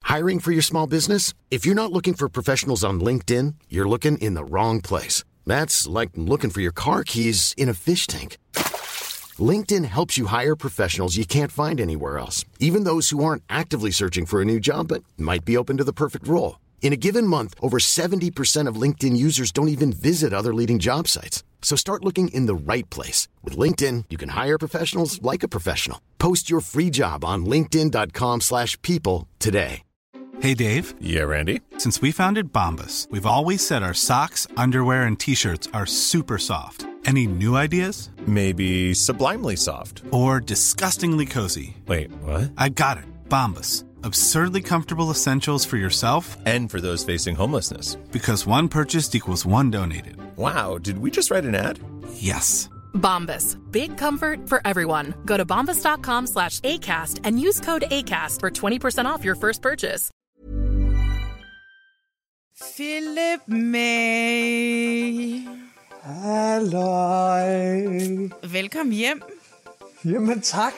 Hiring for your small business? If you're not looking for professionals on LinkedIn, you're looking in the wrong place. That's like looking for your car keys in a fish tank. LinkedIn helps you hire professionals you can't find anywhere else, even those who aren't actively searching for a new job but might be open to the perfect role. In a given month, over 70% of LinkedIn users don't even visit other leading job sites. So start looking in the right place. With LinkedIn, you can hire professionals like a professional. Post your free job on linkedin.com/people today. Hey, Dave. Yeah, Randy. Since we founded Bombas, we've always said our socks, underwear, and T-shirts are super soft. Any new ideas? Maybe sublimely soft. Or disgustingly cozy. Wait, what? I got it. Bombas. Absurdly comfortable essentials for yourself and for those facing homelessness. Because one purchased equals one donated. Wow, did we just write an ad? Yes. Bombas. Big comfort for everyone. Go to bombas.com/ACAST and use code ACAST for 20% off your first purchase. Philip May. Halløj. Velkommen hjem. Jamen tak.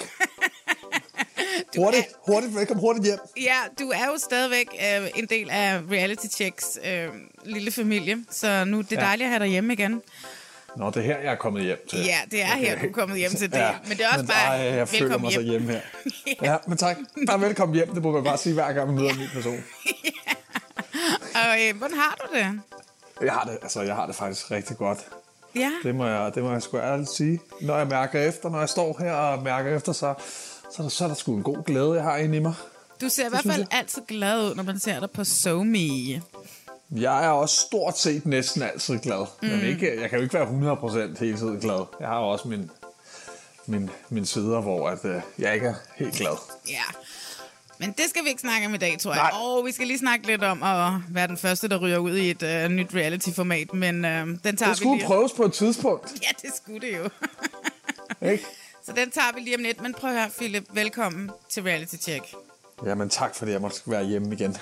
Hurtigt, velkommen hurtigt hjem. Ja, du er jo stadigvæk en del af Reality Checks lille familie, så nu det er dejligt at have dig hjemme igen. Nå, det er her, jeg er kommet hjem til. Ja, det er her, du er kommet hjem til det. Ja, men det er også bare jeg føler mig hjem. så hjemme her. Ja, men tak. Bare velkommen hjem, det må man bare sige hver gang, man møder en ny person. Ja. Og hvordan har du det? Jeg har det faktisk rigtig godt. Ja. Det må jeg sgu ærligt sige. Når jeg står her og mærker efter, så er der sgu en god glæde, jeg har inde i mig. Du ser i hvert fald altid glad ud, når man ser dig på SoMe. Jeg er også stort set næsten altid glad. Men jeg kan jo ikke være 100% hele tiden glad. Jeg har også min sider, hvor jeg ikke er helt glad. Ja, men det skal vi ikke snakke om i dag, tror jeg. Og vi skal lige snakke lidt om at være den første, der ryger ud i et nyt reality-format. Men den tager det skulle vi lige. Prøves på et tidspunkt. Ja, det skulle det jo. Ikke? Så den tager vi lige om lidt. Men prøv at høre, Philip. Velkommen til Reality Check. Jamen tak, fordi jeg måtte være hjemme igen.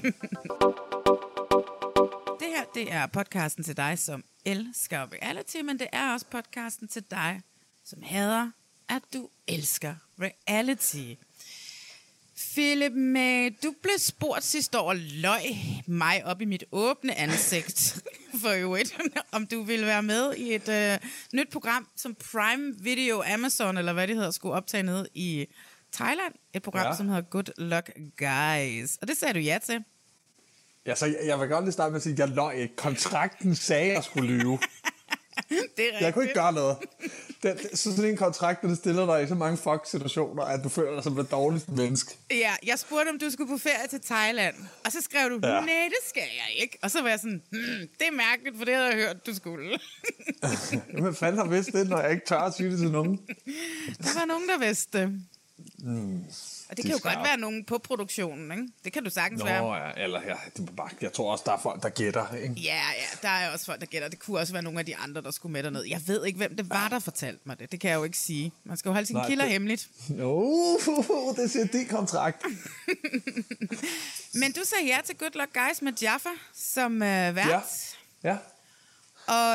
Det her, det er podcasten til dig, som elsker reality, men det er også podcasten til dig, som hader, at du elsker reality. Philip May, du blev spurgt sidste år, løg mig op i mit åbne ansigt, for øvrigt, om du ville være med i et nyt program, som Prime Video Amazon, eller hvad det hedder, skulle optage nede i Thailand. Et program, som hedder Good Luck Guys. Og det sagde du ja til. Ja, så jeg vil godt lige starte med at sige, at jeg løg ikke. Kontrakten sagde, at jeg skulle lyve. Det er rigtigt. Jeg kunne ikke gøre noget. Så sådan en kontrakt, der stiller dig i så mange fuck-situationer, at du føler dig som det dårligste menneske. Ja, jeg spurgte, om du skulle på ferie til Thailand. Og så skrev du, nej, det skal jeg ikke. Og så var jeg sådan, det er mærkeligt, for det havde jeg hørt, du skulle. Hvem fanden har vidst det, når jeg ikke tør at sige det til nogen? Der var nogen, der vidste det. Og det kan jo godt være nogen på produktionen, ikke? Det kan du sagtens være. Ja, eller jeg tror også, der er folk, der gætter, ikke? Ja, der er også folk, der gætter. Det kunne også være nogle af de andre, der skulle med derned. Jeg ved ikke, hvem det var, der fortalte mig det. Det kan jeg jo ikke sige. Man skal jo holde sine kilder hemmeligt. Det siger din kontrakt. Men du sagde ja til Good Luck Guys med Jaffa som vært. Ja. Og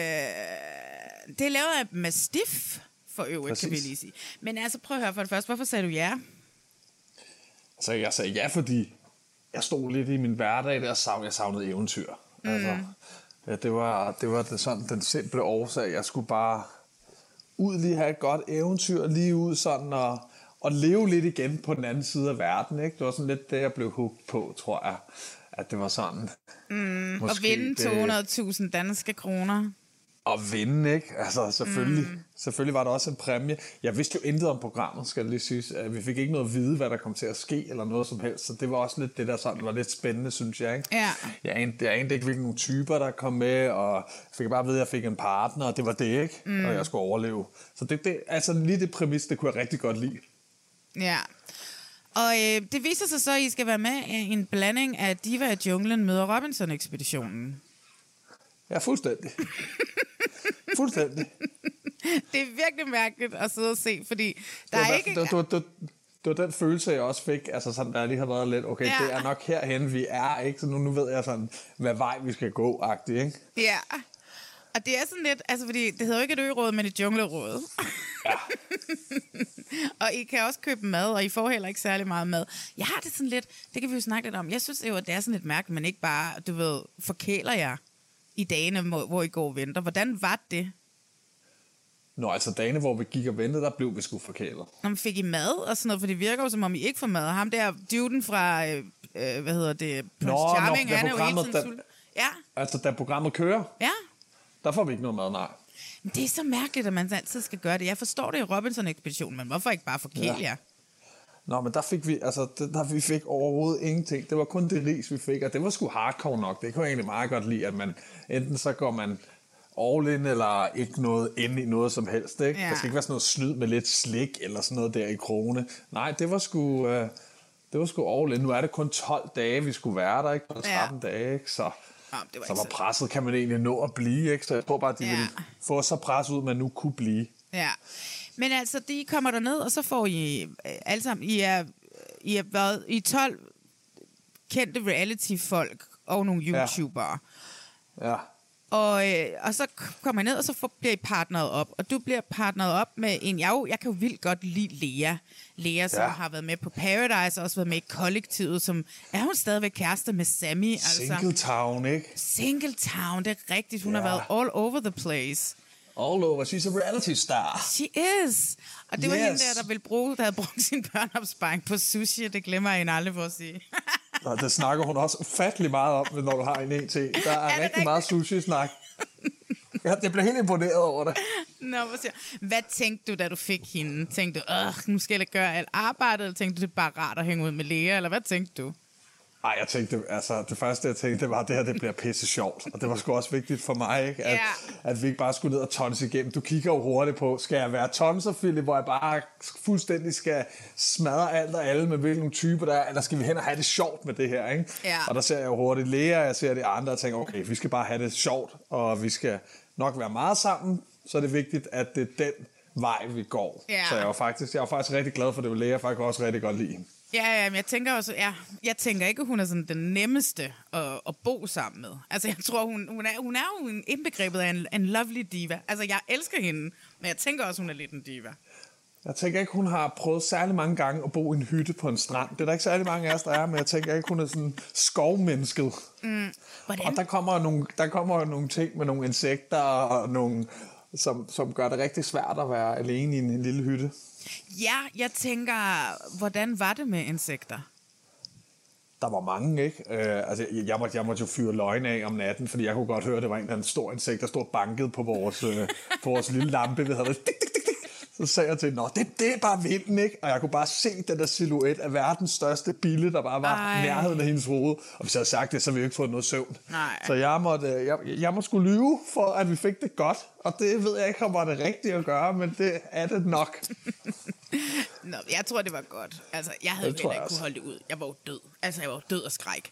det er lavet af Mastiff, for øvrigt, præcis. Kan vi lige sige. Men altså, prøv at høre for det første. Hvorfor sagde du ja? Altså, jeg sagde ja, fordi jeg stod lidt i min hverdag der, jeg savnede eventyr. Altså, ja, det var sådan den simple årsag. Jeg skulle bare ud lige have et godt eventyr, lige ud sådan og leve lidt igen på den anden side af verden. Ikke? Det var sådan lidt det, jeg blev hooked på, tror jeg. At det var sådan. Og vinde 200.000 danske kroner. Og vinde, ikke? Altså, selvfølgelig var der også en præmie. Jeg vidste jo intet om programmet, skal det lige siges. Vi fik ikke noget at vide, hvad der kom til at ske, eller noget som helst. Så det var også lidt det, der sådan var lidt spændende, synes jeg, ikke? Ja. Jeg anede ikke, hvilke nogle typer, der kom med, og fik bare at vide, at jeg fik en partner, og det var det, ikke? Og jeg skulle overleve. Så det altså lige det præmis, det kunne jeg rigtig godt lide. Ja. Og det viser sig så, at I skal være med i en blanding af Diva i junglen møder Robinson-ekspeditionen. Ja, fuldstændig. Fuldstændig. Det er virkelig mærkeligt at sidde og se, fordi der er ikke... Det var den følelse, jeg også fik, altså sådan, der lige har været lidt, okay, det er nok herhen, vi er, ikke? Så nu ved jeg sådan, hvad vej vi skal gå, agtigt, ikke? Ja. Og det er sådan lidt, altså fordi det hedder jo ikke et ø-råd, men et jungleråd. Ja. Og I kan også købe mad, og I får heller ikke særlig meget mad. Jeg har det sådan lidt, det kan vi jo snakke lidt om. Jeg synes jo, at det er sådan lidt mærkeligt, men ikke bare, du ved, forkæler jer i dagene, hvor I går og venter. Hvordan var det? Nå, altså dagene, hvor vi gik og ventede, der blev vi sgu forkælet. Når man fik I mad og sådan noget, for det virker jo, som om I ikke får mad. Ham der, duden fra, hvad hedder det, Prince Charming, han er jo hele tiden sulten. Ja. Altså, da programmet kører, ja. Der får vi ikke noget mad, nej. Men det er så mærkeligt, at man altid skal gøre det. Jeg forstår det i Robinson-ekspeditionen, men hvorfor ikke bare forkæle jer? Nå, men der fik vi, altså, vi fik overhovedet ingenting. Det var kun det ris, vi fik, og det var sgu hardcore nok. Det kunne jeg egentlig meget godt lide, at man enten så går man all in, eller ikke noget ind i noget som helst, ikke? Ja. Der skal ikke være sådan noget snyd med lidt slik, eller sådan noget der i krone. Nej, det var sgu all in. Nu er det kun 12 dage, vi skulle være der, ikke? På 13 dage, ikke? Så var presset kan man egentlig nå at blive, ikke? Så jeg tror bare, at de ville få så pres ud, man nu kunne blive. Ja, men altså, de kommer derned, og så får I alle sammen, I har været i 12 kendte reality-folk og nogle YouTubere. Ja. Og så kommer I ned, og så bliver I partneret op. Og du bliver partneret op med en, jeg kan jo vildt godt lide Lea. Lea, som har været med på Paradise, og også været med i Kollektivet, som er hun stadigvæk kærester med Sammy. Altså. Singletown, ikke? Singletown, det er rigtigt. Hun har været all over the place. All over. She's a reality star. She is. Og det var hende der havde brugt sin børneopsparing på sushi. Det glemmer jeg aldrig for at sige. Og det snakker hun også ufattelig meget om, når du har en ET. Der er rigtig meget sushi-snak. Jeg blev helt imponeret over det. Nå, hvad tænkte du, da du fik hende? Tænkte du, nu skal jeg gøre alt arbejdet? Eller tænkte du, det er bare rart at hænge ud med Lea? Eller hvad tænkte du? Ej, jeg tænkte, altså det første jeg tænkte, det var, at det her det bliver pisse sjovt. Og det var sgu også vigtigt for mig, ikke? At vi ikke bare skulle ned og tonse igennem. Du kigger jo hurtigt på, skal jeg være tonser, Philip, hvor jeg bare fuldstændig skal smadre alt og alle med hvilke typer der er, eller skal vi hen og have det sjovt med det her, ikke? Ja. Og der ser jeg jo hurtigt Lea, jeg ser de andre og tænker, okay, vi skal bare have det sjovt, og vi skal nok være meget sammen, så er det vigtigt, at det er den vej, vi går. Ja. Så jeg var faktisk rigtig glad for det, og Lea faktisk også rigtig godt lide hende. Ja, men jeg tænker også, jeg tænker ikke, at hun er sådan den nemmeste at bo sammen med. Altså, jeg tror, hun er jo indbegrebet af en lovely diva. Altså, jeg elsker hende, men jeg tænker også, hun er lidt en diva. Jeg tænker ikke, hun har prøvet særlig mange gange at bo i en hytte på en strand. Det er der ikke særlig mange af os, der er, men jeg tænker ikke, hun er sådan skovmennesket. Og der kommer nogle ting med nogle insekter, og nogle, som gør det rigtig svært at være alene i en lille hytte. Ja, jeg tænker, hvordan var det med insekter? Der var mange, ikke? Altså, jeg måtte jo fyre løgn af om natten, fordi jeg kunne godt høre, at det var en eller anden stor insekt, der stod banket på vores lille lampe. Vi havde så sagde jeg til, det er bare vinden, ikke? Og jeg kunne bare se den der silhuet af verdens største bille, der bare var nærheden af hendes hoved. Og hvis jeg havde sagt det, så ville vi ikke fået noget søvn. Nej. Så jeg måtte skulle lyve for, at vi fik det godt. Og det ved jeg ikke, om var det rigtigt at gøre, men det er det nok. Nå, jeg tror, det var godt. Altså, jeg havde heller ikke kunne holde det ud. Jeg var jo død. Altså, jeg var jo død af skræk.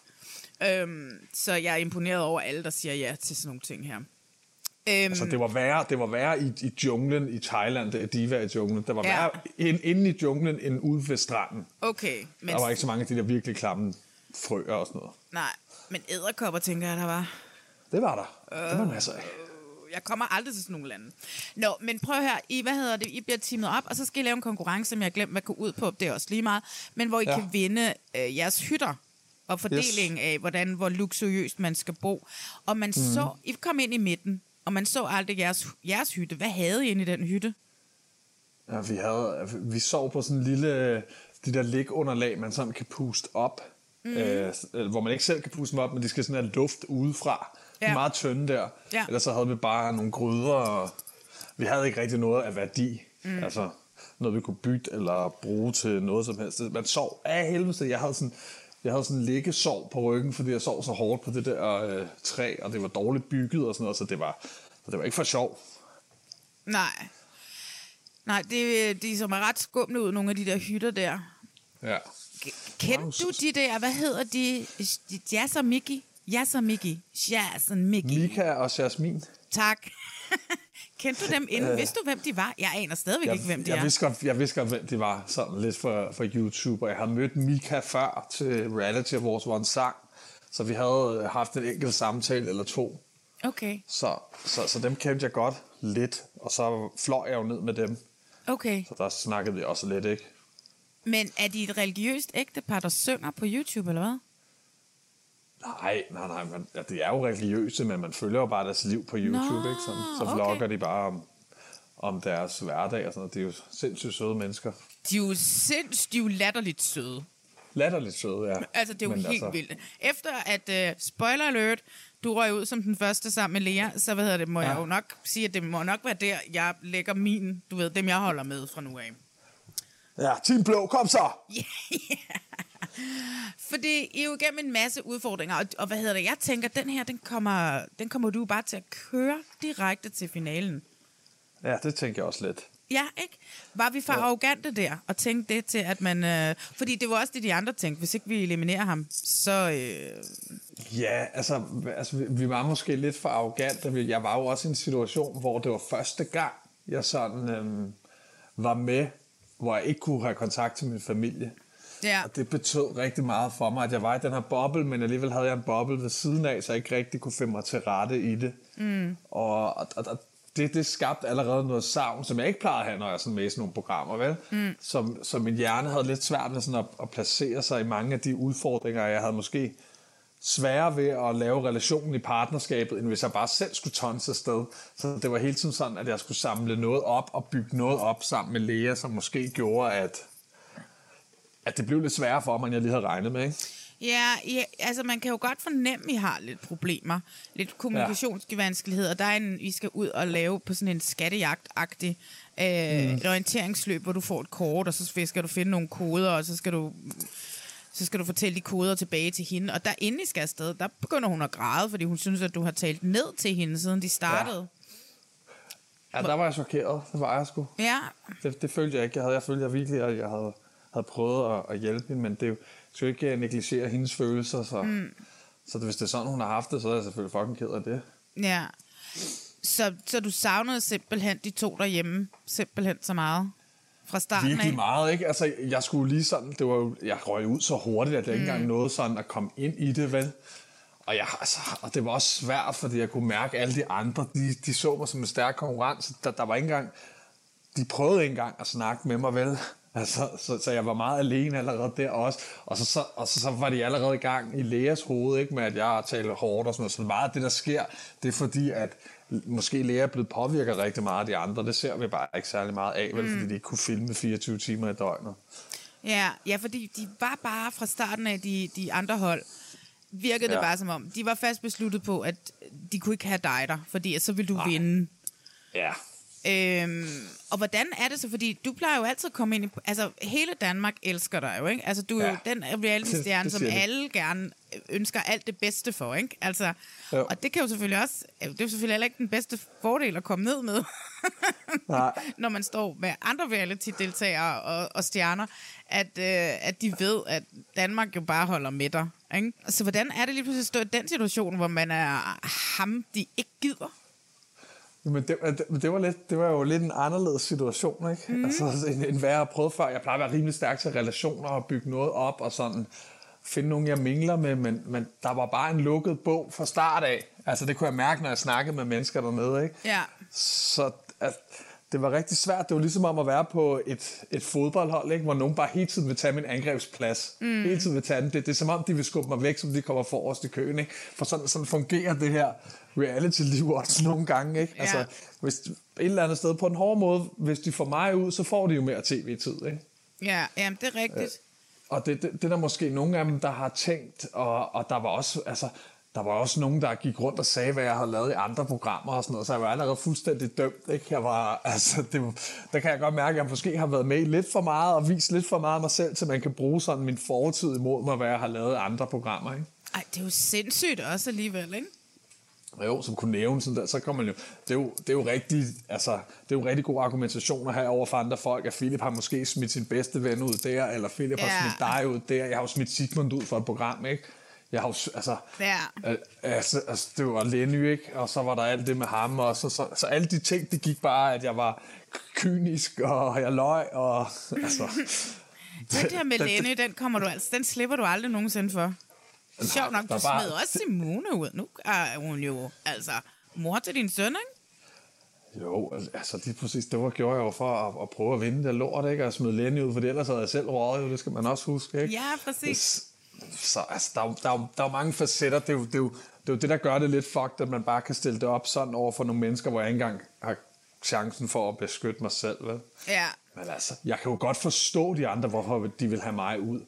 Så jeg er imponeret over alle, der siger ja til sådan nogle ting her. Altså, det var værre i junglen i Thailand, det er diva i junglen. Der var værre inde i junglen end ude ved stranden. Okay. Men der var ikke så mange af de der virkelig klamme frøer og sådan noget. Nej, men edderkopper, tænker jeg, der var. Det var der. Det var masser af. Jeg kommer aldrig til sådan nogle lande. Nå, men prøv her. I bliver teamet op, og så skal I lave en konkurrence, som jeg har glemt, hvad går ud på. Det er også lige meget. Men hvor I kan vinde jeres hytter. Og fordeling af, hvor luksuriøst man skal bo. Og man så, I kom ind i midten, og man så aldrig jeres hytte. Hvad havde I inde i den hytte? Ja, vi sov på sådan en lille, de der ligunderlag, man sådan kan puste op. Hvor man ikke selv kan puste dem op, men de skal sådan have luft udefra. De er meget tynde der. Ja. Ellers så havde vi bare nogle gryder, og vi havde ikke rigtig noget af værdi. Altså noget, vi kunne bytte eller bruge til noget som helst. Man sov af helvede. Jeg havde sådan liggesov på ryggen, fordi jeg sov så hårdt på det der træ, og det var dårligt bygget og sådan noget, så det var ikke for sjov. Nej, de som er ret skumle ud, nogle af de der hytter der. Ja. Kendte du de der, hvad hedder de? Jazz og Mickey? Jazz og Mickey. Mika og Jasmin. Tak. Kendte du dem inden? Vidste du, hvem de var? Jeg aner stadigvæk ikke, hvem de er. Jeg vidste godt, hvem de var, sådan lidt for YouTube, og jeg har mødt Mika før til Reality Awards, hvor en sang, så vi havde haft en enkelt samtale eller to. Okay. Så dem kendte jeg godt lidt, og så fløj jeg jo ned med dem. Okay. Så der snakkede vi også lidt, ikke? Men er de et religiøst ægtepar, der synger på YouTube, eller hvad? Nej, det er jo religiøse, men man følger jo bare deres liv på YouTube, ikke? Så vlogger de bare om deres hverdag og sådan noget. De er jo sindssygt søde mennesker. De er jo latterligt søde. Latterligt søde, ja. Altså, det er jo helt vildt. Efter at, spoiler alert, du røg ud som den første sammen med Lea, så må jeg jo nok sige, at det må nok være der, jeg lægger dem jeg holder med fra nu af. Ja, Team Blå, kom så! Yeah. Fordi I er jo igennem en masse udfordringer, og jeg tænker, den kommer du bare til at køre direkte til finalen. Ja, det tænker jeg også lidt. Ja, ikke? Var vi for arrogante der, og tænkte det til, at man... fordi det var også det, de andre tænkte. Hvis ikke vi eliminerer ham, så... Ja, altså, vi var måske lidt for arrogante. Jeg var jo også i en situation, hvor det var første gang, jeg sådan var med, hvor jeg ikke kunne have kontakt til min familie. Ja. Og det betød rigtig meget for mig, at jeg var i den her boble, men alligevel havde jeg en boble ved siden af, så jeg ikke rigtig kunne finde mig til rette i det. Mm. Og det skabte allerede noget savn, som jeg ikke plejede at have, når jeg sådan med i sådan nogle programmer, vel? Mm. Som min hjerne havde lidt svært med sådan at placere sig i mange af de udfordringer, jeg havde måske sværere ved at lave relationen i partnerskabet, end hvis jeg bare selv skulle tonse afsted. Så det var hele tiden sådan, at jeg skulle samle noget op og bygge noget op sammen med Lea, som måske gjorde, at det blev lidt sværere for mig, end jeg lige havde regnet med, ikke? Ja, altså man kan jo godt fornemme, at I har lidt problemer. Lidt kommunikationsvanskeligheder. Der er I skal ud og lave på sådan en skattejagt-agtig et orienteringsløb, hvor du får et kort, og så skal du finde nogle koder, og så skal du fortælle de koder tilbage til hende. Og der inden I skal afsted, der begynder hun at græde, fordi hun synes, at du har talt ned til hende, siden de startede. Ja, der var jeg chokeret. Det var jeg sgu. Ja. Det følte jeg ikke. Jeg følte virkelig, at jeg havde prøvet at hjælpe hende, men det skal jo ikke negligere hendes følelser, så hvis det er sådan, hun har haft det, så er jeg selvfølgelig fucking ked af det. Ja. Så du savnede simpelthen de to derhjemme, simpelthen så meget fra starten af? Virkelig meget, ikke? Altså, jeg skulle lige sådan, jeg røg ud så hurtigt, at jeg ikke engang nåede sådan at komme ind i det, vel? Og det var også svært, fordi jeg kunne mærke, at alle de andre, de så mig som en stærk konkurrent. Der var ikke engang, de prøvede ikke engang at snakke med mig, vel? Altså, så jeg var meget alene allerede der også. Og så var de allerede i gang i Leas hoved, ikke, med at jeg taler hårdt og sådan noget. Så meget af det, der sker, det er fordi, at måske Lea er blevet påvirket rigtig meget af de andre. Det ser vi bare ikke særlig meget af, vel, fordi de ikke kunne filme 24 timer i døgnet. Ja, fordi de var bare fra starten af de andre hold. Virkede det bare som om, de var fast besluttet på, at de kunne ikke have dig der, fordi så ville du vinde. Ja. Og hvordan er det så? Fordi du plejer jo altid at komme ind i... Altså, hele Danmark elsker dig jo, ikke? Altså, du er jo den reality-stjerne, som alle gerne ønsker alt det bedste for, ikke? Altså, og det kan jo selvfølgelig også... Det er jo selvfølgelig heller ikke den bedste fordel at komme ned med, når man står med andre reality-deltagere og stjerner, at de ved, at Danmark jo bare holder med dig, ikke? Så hvordan er det lige pludselig at stå i den situation, hvor man er ham, de ikke gider? Men det var jo lidt en anderledes situation, ikke? Mm. Altså, end hvad jeg har prøvet før. Jeg plejer at være rimelig stærk til relationer og bygge noget op og sådan finde nogen, jeg mingler med, men der var bare en lukket bog fra start af. Altså, det kunne jeg mærke, når jeg snakkede med mennesker dernede, ikke? Ja. Så det var rigtig svært. Det var ligesom om at være på et fodboldhold, ikke? Hvor nogen bare hele tiden vil tage min angrebsplads. Hele tiden vil tage den. Det er som om, de vil skubbe mig væk, som de kommer forrest i køen, ikke? For sådan fungerer det her reality-liv også nogle gange, ikke? Ja. Altså, hvis et eller andet sted på en hård måde, hvis de får mig ud, så får de jo mere tv-tid, ikke? Ja, jamen, det er rigtigt. Og det er der måske nogle af dem, der har tænkt, og der var også, altså, der var også nogen, der gik rundt og sagde, hvad jeg havde lavet i andre programmer og sådan noget, så jeg var allerede fuldstændig dømt, ikke? Jeg var, altså, der kan jeg godt mærke, at jeg måske har været med lidt for meget og vist lidt for meget af mig selv, så man kan bruge sådan min fortid imod mig, hvad jeg har lavet i andre programmer, ikke? Ej, det er jo sindssygt også alligevel, ikke? Jo, som kunne nævne sådan der, så kommer man jo, det er jo rigtig, altså, det er jo rigtig god argumentation at have over for andre folk, at Philip har måske smidt sin bedste ven ud der, eller Philip har smidt dig ud der, jeg har jo smidt Sigmund ud for et program, ikke? Jeg har jo, altså, det var Lenny, ikke? Og så var der alt det med ham, og så alle de ting, det gik bare, at jeg var kynisk, og jeg løg, og altså... Den der med Lenny, den slipper du aldrig nogensinde for. Sjovt nok, du smed også Simone ud. Nu er hun jo, altså, mor til din søn, ikke? Jo, altså det præcis, det gjorde jeg jo for at prøve at vinde det lort, ikke? Og smide Lenny ud, for ellers havde jeg selv røget, jo, det skal man også huske, ikke? Ja, præcis. Så altså, der er mange facetter, det er jo det, der gør det lidt fucked, at man bare kan stille det op sådan over for nogle mennesker, hvor jeg ikke engang har chancen for at beskytte mig selv, vel? Ja. Men altså, jeg kan jo godt forstå de andre, hvorfor de vil have mig ud.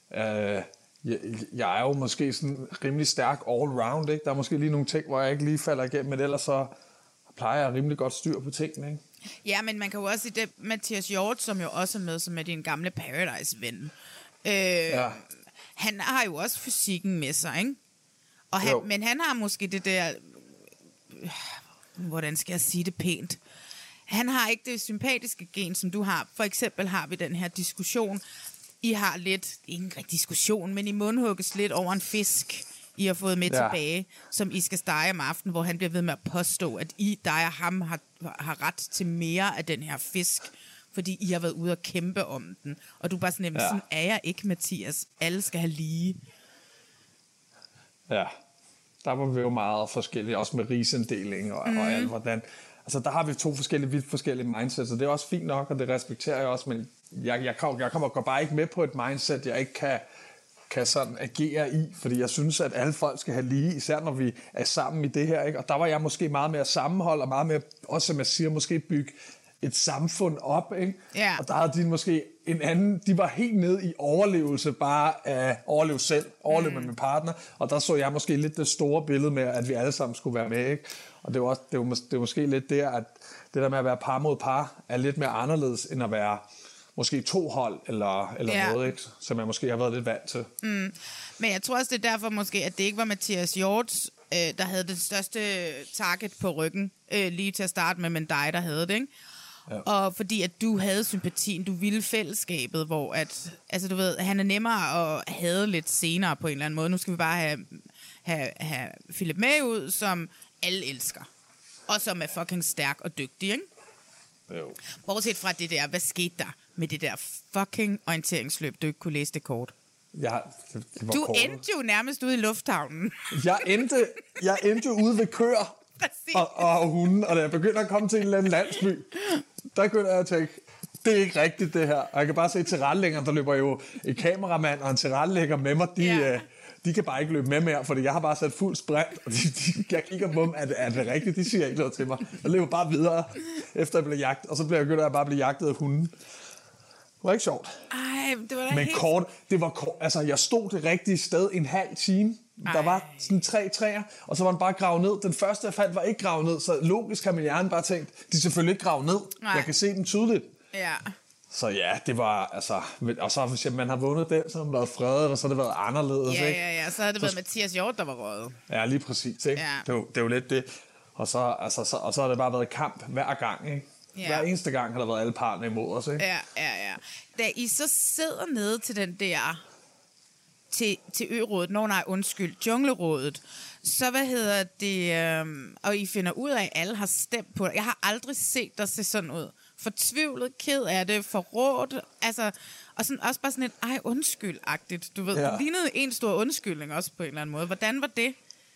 Jeg er jo måske sådan rimelig stærk all-round, ikke? Der er måske lige nogle ting, hvor jeg ikke lige falder igennem, men ellers så plejer jeg rimelig godt styr på tingene, ikke? Ja, men man kan jo også sige det, Mathias Hjort, som jo også er med, som er din gamle Paradise-ven. Han har jo også fysikken med sig, ikke? Men han har måske det der... Hvordan skal jeg sige det pænt? Han har ikke det sympatiske gen, som du har. For eksempel har vi den her diskussion. I har lidt, ikke en diskussion, men I mundhugges lidt over en fisk, I har fået med tilbage, som I skal stege om aftenen, hvor han bliver ved med at påstå, at dig og ham har ret til mere af den her fisk, fordi I har været ude og kæmpe om den. Og du er bare sådan, sådan er jeg ikke, Mathias. Alle skal have lige. Ja, der var vi jo meget forskellige, også med rigsinddeling og alt, hvordan... Altså, der har vi vidt forskellige mindsets, og det er også fint nok, og det respekterer jeg også, men jeg går bare ikke med på et mindset, jeg ikke kan sådan agere i, fordi jeg synes, at alle folk skal have lige, især når vi er sammen i det her, ikke? Og der var jeg måske meget mere sammenhold, og meget mere, også som jeg siger, måske bygge et samfund op, ikke? Ja. Og der havde de måske en anden, de var helt nede i overlevelse, bare at overleve selv, overleve med min partner, og der så jeg måske lidt det store billede med, at vi alle sammen skulle være med, ikke? Og det var måske lidt der, at det der med at være par mod par, er lidt mere anderledes, end at være måske 2 hold, eller noget, ikke? Som jeg måske har været lidt vant til. Men jeg tror også, det er derfor måske, at det ikke var Mathias Hjort, der havde den største target på ryggen, lige til at starte med, men dig, der havde det, ikke? Ja. Og fordi at du havde sympatien, du ville fællesskabet, hvor at, altså du ved, han er nemmere at have lidt senere på en eller anden måde. Nu skal vi bare have Philip med ud, som alle elsker. Og som er fucking stærk og dygtig, ikke? Jo. Bortset fra det der, hvad skete der med det der fucking orienteringsløb, du ikke kunne læse det kort? Ja, det var du kortet. endte jo nærmest ude i lufthavnen. Jeg endte ude ved køer og hunden, og da jeg begynder at komme til en eller anden landsby, der begynder jeg at tænke, det er ikke rigtigt det her. Og jeg kan bare se tilrettelæggeren, der løber jo en kameramand og en tilrettelægger med mig, de kan bare ikke løbe med mere, fordi jeg har bare sat fuld sprint, og jeg kigger på dem, er det rigtigt? De siger ikke noget til mig. Jeg løber bare videre, efter jeg blev jagtet, og så begynder jeg bare at blive jagtet af hunden. Det var ikke sjovt. Ej, det var da men kort, det var kort. Altså, jeg stod det rigtige sted en halv time. Ej. Der var sådan 3 træer, og så var den bare gravet ned. Den første, jeg fandt, var ikke gravet ned, så logisk har min hjerne bare tænkt, de er selvfølgelig ikke gravet ned. Ej. Jeg kan se den tydeligt. Ja. Så ja, det var, altså... Og så hvis man har vundet den, så har man været fredet, og så har det været anderledes, ikke? Ja, så havde det været Mathias Hjort, der var røget. Ja, lige præcis, ikke? Ja. Det er jo lidt det. Og så har det bare været kamp hver gang, ikke? Ja. Hver eneste gang har der været alle parterne imod os, ikke? Ja. Da I så sidder nede til den der... Til ørådet, Junglerådet, så og I finder ud af, at alle har stemt på det. Jeg har aldrig set dig se sådan ud. Fortvivlet, ked af det, forrådt, altså, og sådan, også bare sådan et undskyld-agtigt, du ved. Ja. Det lignede en stor undskyldning også på en eller anden måde. Hvordan var det?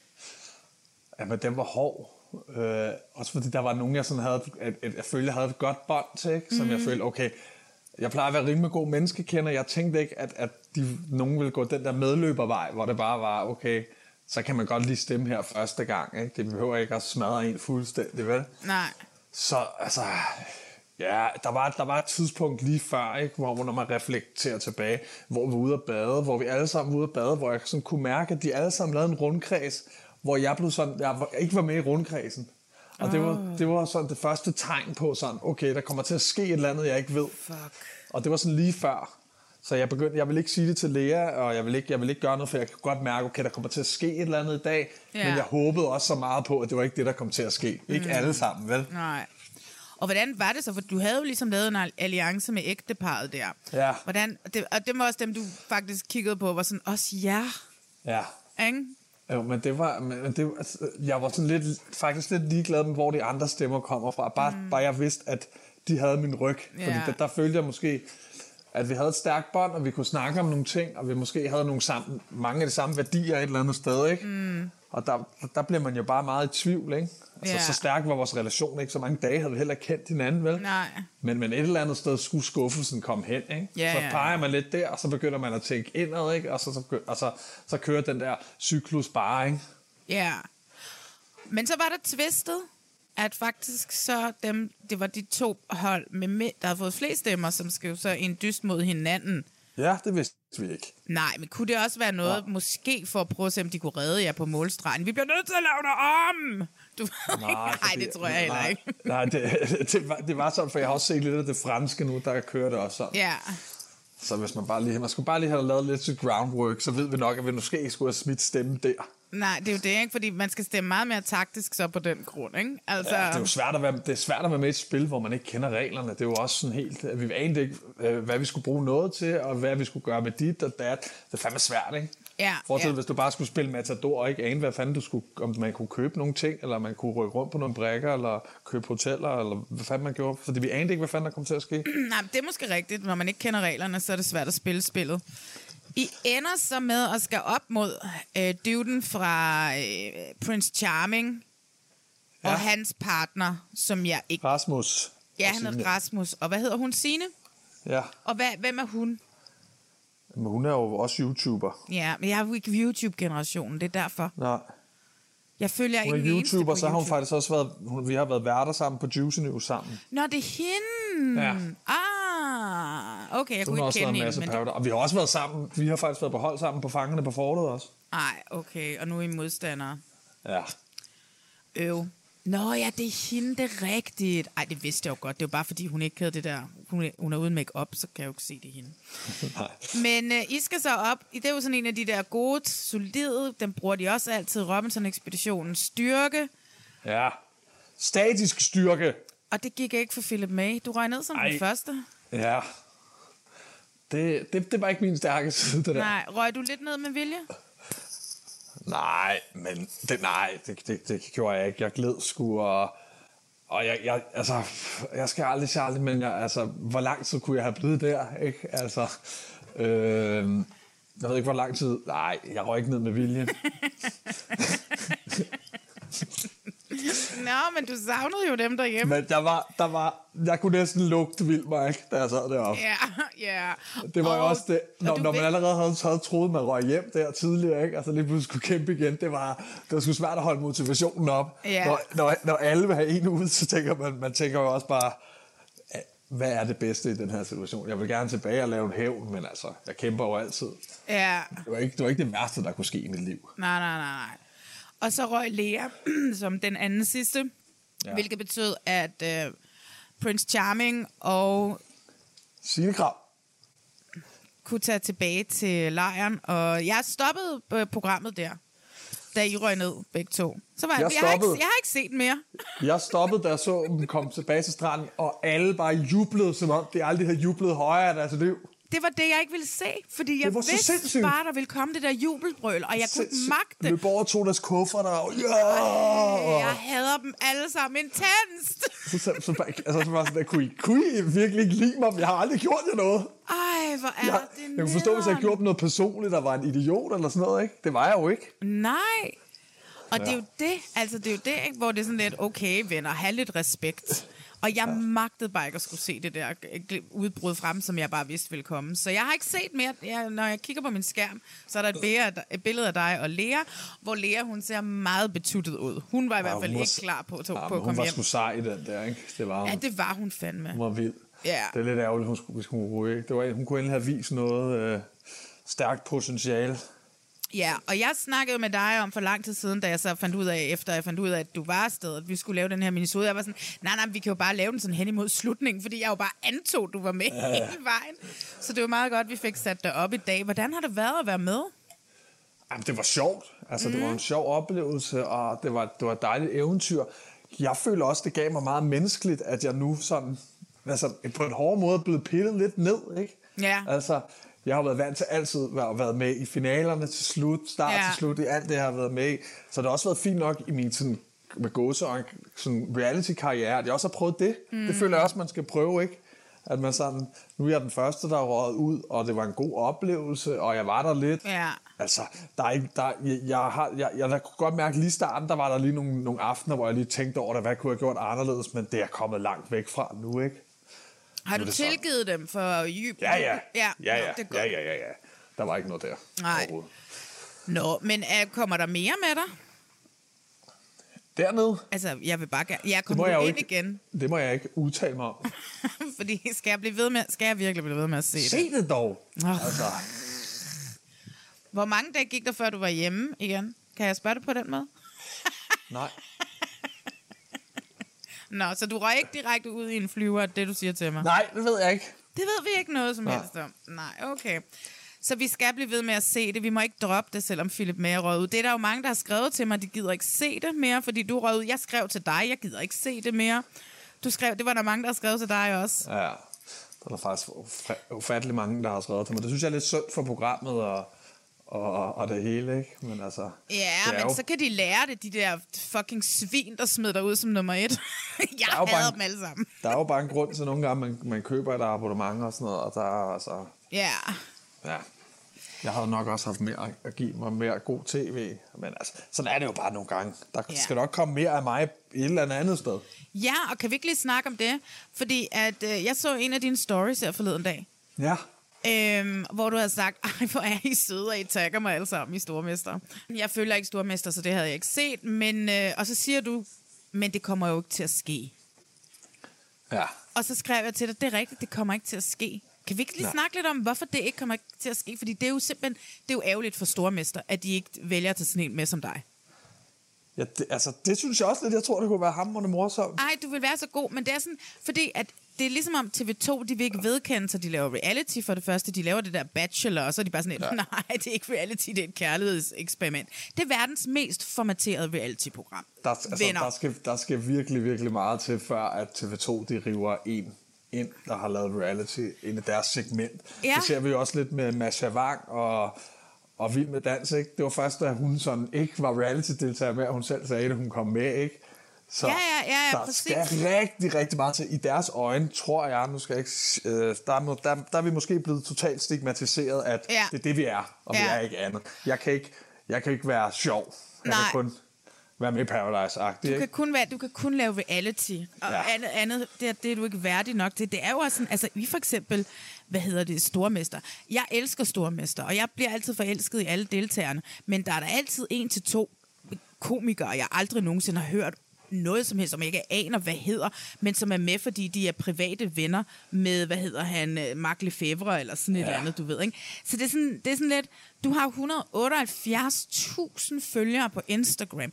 Jamen, den var hård. Også fordi der var nogen, jeg sådan havde, jeg følte, jeg havde et godt bånd til, ikke? Som jeg følte, okay, jeg plejer at være rimelig god menneskekender. Jeg tænkte ikke, at nogen ville gå den der medløbervej, hvor det bare var, okay, så kan man godt lige stemme her første gang, ikke? Det behøver ikke at smadre en fuldstændig, vel? Nej. Så, altså... Ja, der var et tidspunkt lige før, ikke, hvor når man reflekterer tilbage, hvor vi var ude at bade, hvor vi alle sammen var ude at bade, hvor jeg sådan kunne mærke, at de alle sammen lavede en rundkreds, hvor jeg blev sådan, jeg ikke var med i rundkredsen. Og det var sådan det første tegn på sådan, okay, der kommer til at ske et eller andet, jeg ikke ved. Fuck. Og det var sådan lige før. Så jeg vil ikke sige det til Lea, og jeg vil ikke gøre noget, for jeg kan godt mærke, okay, der kommer til at ske et eller andet i dag, men jeg håbede også så meget på, at det var ikke det, der kom til at ske. Ikke alle sammen, vel? Nej. Og hvordan var det så? For du havde jo ligesom lavet en alliance med ægteparret der. Ja. Og det var også dem, du faktisk kiggede på, var sådan, også jer. Ja. Ikke? Jo, men jeg var sådan faktisk lidt ligeglad med, hvor de andre stemmer kommer fra. Bare jeg vidste, at de havde min ryg. Ja. Fordi der følte jeg måske, at vi havde et stærkt bånd, og vi kunne snakke om nogle ting, og vi måske havde mange af de samme værdier et eller andet sted, ikke? Og der bliver man jo bare meget i tvivl, ikke? Altså, så stærk var vores relation, ikke? Så mange dage havde vi heller ikke kendt hinanden, vel? Nej. Men et eller andet sted skulle skuffelsen komme hen, ikke? Så peger man lidt der, og så begynder man at tænke indad, ikke? Og så kører den der cyklus bare, ikke? Ja. Men så var der twistet, at faktisk så det var de 2 hold, der havde fået flest stemmer, som skrev så en dyst mod hinanden. Ja, det vidste vi ikke. Nej, men kunne det også være noget, måske for at prøve at se, om de kunne redde jer på målstregen? Vi bliver nødt til at lave det om! Nej, det tror jeg heller ikke. Nej, det var sådan, for jeg har også set lidt af det franske nu, der kører det også sådan. Ja. Så hvis man skulle bare lige have lavet lidt til groundwork, så ved vi nok, at vi måske ikke skulle have smidt stemme der. Nej, det er jo det, ikke? Fordi man skal stemme meget mere taktisk så på den grund, ikke? Altså... Ja, det er jo svært at være med i et spil, hvor man ikke kender reglerne. Det er jo også sådan helt... Vi anede ikke, hvad vi skulle bruge noget til, og hvad vi skulle gøre med dit og dat. Det er fandme svært, ikke? Ja. Fortsæt, hvis du bare skulle spille Matador og ikke ane, hvad fanden du skulle... Om man kunne købe nogle ting, eller man kunne rykke rundt på nogle brækker, eller købe hoteller, eller hvad fanden man gjorde. Fordi vi anede ikke, hvad fanden der kom til at ske. Nej, det er måske rigtigt. Når man ikke kender reglerne, så er det svært at spille spillet. I ender så med at skal op mod duden fra Prince Charming og hans partner, som jeg ikke... Rasmus. Ja, han hedder Rasmus. Og hvad hedder hun? Signe? Ja. Og hvem er hun? Men hun er jo også YouTuber. Ja, men jeg er jo ikke YouTube-generationen, det er derfor. Nej. Jeg følger hun er ikke YouTuber, så har hun faktisk også været... Vi har været værter sammen på Juicy News sammen. Nå, det er hende! Ja. Okay, jeg kunne ikke kende hende. Men... Og vi har også været sammen. Vi har faktisk været på hold sammen på Fangerne på Fortet også. Nej, okay. Og nu er I modstandere. Ja. Nå ja, det er hende, det er rigtigt. Ej, det vidste jeg jo godt. Det er jo bare fordi, hun ikke havde det der... Hun er uden make-up, så kan jeg jo ikke se det hende. Nej. Men I skal så op. Det er jo sådan en af de der gode, solide. Den bruger de også altid. Robinson-ekspeditionen. Styrke. Ja. Statisk styrke. Og det gik ikke for Philip May. Du røg ned som den første. Ja. Det var ikke min stærke side, det der. Nej, røg du lidt ned med vilje? Nej, men det gjorde jeg ikke. Jeg gled sgu, og jeg skal aldrig Charlie, men hvor lang tid kunne jeg have blevet der, ikke? Altså, jeg ved ikke, hvor lang tid. Nej, jeg røg ikke ned med vilje. Nå, men du savnede jo dem derhjemme. Men jeg kunne næsten lugte Vildmark, da jeg sad deroppe. Ja. Det var jo også det, når man allerede havde troet, man røg hjem der tidligere, ikke? Altså lige pludselig skulle kæmpe igen. Det var sgu svært at holde motivationen op. Ja. Når alle vil have en ud, så tænker man tænker jo også bare, hvad er det bedste i den her situation? Jeg vil gerne tilbage og lave en hævn, men altså, jeg kæmper jo altid. Ja. Det var ikke det værste, der kunne ske i mit liv. Nej. Og så røg Lea som den anden sidste, hvilket betød, at Prince Charming og Signe Krav kunne tage tilbage til lejren. Og jeg stoppede programmet der, da I røg ned begge to. Så var jeg har ikke set mere. Jeg stoppede, da jeg så dem komme tilbage til stranden, og alle bare jublede, som om de aldrig havde jublet højere af deres liv. Det var det, jeg ikke ville se, fordi jeg vidste bare, der ville komme det der jubelbrøl, og jeg kunne magte det. Løb over og tog deres kufferter, og jeg hader dem alle sammen intenst. Så var sådan, kunne I virkelig ikke lide mig? Jeg har aldrig gjort jer noget. Ej, hvor er det jeg kunne forstå, hvis jeg gjorde noget personligt, der var en idiot eller sådan noget, ikke? Det var jeg jo ikke. Nej. Og det er jo det, ikke? Hvor det er sådan lidt, okay venner, have lidt respekt. Og jeg magtede bare ikke at skulle se det der udbrud frem, som jeg bare vidste ville komme. Så jeg har ikke set mere. Når jeg kigger på min skærm, så er der et billede af dig og Lea, hvor Lea, hun ser meget betuttet ud. Hun var i hvert fald ikke klar på at komme hjem. Hun var sgu sej i den der, ikke? Det var hun. Ja, det var hun fandme. Hun var vild. Ja. Det er lidt ærgerligt, hvis hun ryge. Hun kunne endelig have vist noget stærkt potentiale. Ja, og jeg snakkede med dig om for lang tid siden, da jeg så fandt ud af, at du var afsted, at vi skulle lave den her minisode. Jeg var sådan, nej, vi kan jo bare lave den sådan hen imod slutningen, fordi jeg jo bare antog, du var med hele vejen. Så det var meget godt, vi fik sat dig op i dag. Hvordan har det været at være med? Jamen, det var sjovt. Altså, det var en sjov oplevelse, og det var et dejligt eventyr. Jeg føler også, det gav mig meget menneskeligt, at jeg nu sådan, på en hård måde er blevet pillet lidt ned, ikke? Ja. Altså, jeg har været vant til altid at være med i finalerne til slut, til slut, i alt det, jeg har været med i. Så det har også været fint nok i min sådan, med gåseøjne, sådan reality-karriere, at jeg også har prøvet det. Det føler jeg også, man skal prøve, ikke? At man sådan, nu er jeg den første, der er røget ud, og det var en god oplevelse, og jeg var der lidt. Ja. Altså, jeg kunne godt mærke, lige i starten, der var der lige nogle aftener, hvor jeg lige tænkte over det, hvad kunne jeg have gjort anderledes, men det er kommet langt væk fra nu, ikke? Har du tilgivet dem for Jyb? Ja. Der var ikke noget der. Nej. Nå, men kommer der mere med dig? Dernede? Altså, jeg vil bare gerne... Jeg kommer ind igen. Det må jeg ikke udtale mig om. Fordi skal jeg virkelig blive ved med at se det? Se det dog! Altså. Hvor mange dage gik der, før du var hjemme igen? Kan jeg spørge dig på den måde? Nej. Nå, så du røg ikke direkte ud i en flyver, det du siger til mig? Nej, det ved jeg ikke. Det ved vi ikke noget som helst om. Nej, okay. Så vi skal blive ved med at se det. Vi må ikke droppe det, selvom Philip May er røget ud. Det er der jo mange, der har skrevet til mig, de gider ikke se det mere, fordi du er røget ud. Jeg skrev til dig, jeg gider ikke se det mere. Du skrev, det var der mange, der har skrevet til dig også. Ja, der er faktisk ufattelig mange, der har skrevet til mig. Det synes jeg er lidt synd for programmet og det hele, ikke? Men altså... Ja, men så kan de lære det, de der fucking svin, der smider dig ud som nummer 1. Jeg hader dem alle sammen. Der er jo bare en grund til nogle gange, man køber et abonnement og sådan noget, og der er altså... Ja. Jeg havde nok også haft mere at give mig mere god tv, men altså, sådan er det jo bare nogle gange. Der skal nok komme mere af mig et eller andet sted. Ja, og kan vi ikke lige snakke om det? Fordi at jeg så en af dine stories her forleden dag. Ja. Hvor du havde sagt, ej, hvor er I søde, og I tagger mig alle sammen i Stormester. Jeg følger ikke Stormester, så det havde jeg ikke set. Men, og så siger du, men det kommer jo ikke til at ske. Ja. Og så skrev jeg til dig, det er rigtigt, det kommer ikke til at ske. Kan vi ikke lige snakke lidt om, hvorfor det ikke kommer til at ske? Fordi det er jo simpelthen, det er jo ærgerligt for Stormester, at de ikke vælger at tage sådan en med som dig. Ja, det synes jeg også lidt. Jeg tror, det kunne være hamrende morsomt. Ej, du vil være så god, men det er sådan, fordi at det er ligesom om TV2, de vil ikke vedkende sig, de laver reality for det første, de laver det der Bachelor, og så er de bare sådan, nej, det er ikke reality, det er et kærlighedseksperiment. Det er verdens mest formaterede reality-program. Der skal virkelig, virkelig meget til, før at TV2, de river en ind, der har lavet reality ind i deres segment. Ja. Det ser vi jo også lidt med Masha Wang og Vild med Dans, ikke? Det var først, da hun sådan ikke var reality-deltager med, og hun selv sagde, at hun kom med, ikke? Så der skal rigtig, rigtig meget til. I deres øjne, tror jeg, nu skal jeg ikke... Der er vi måske blevet totalt stigmatiseret, at det er det, vi er, og vi er ikke andet. Jeg kan ikke være sjov. Jeg kan kun være med i Paradise-agtigt. Du kan kun lave reality, og andet det er du ikke værdig nok til. Det er jo også sådan, altså vi for eksempel, Stormester. Jeg elsker Stormester, og jeg bliver altid forelsket i alle deltagerne, men der er der altid 1 til 2 komikere, jeg aldrig nogensinde har hørt noget som helst, som jeg ikke aner, hvad hedder, men som er med, fordi de er private venner med, Mark Lefebvre, eller sådan et eller andet, du ved, ikke? Så det er sådan lidt, du har 178.000 følgere på Instagram.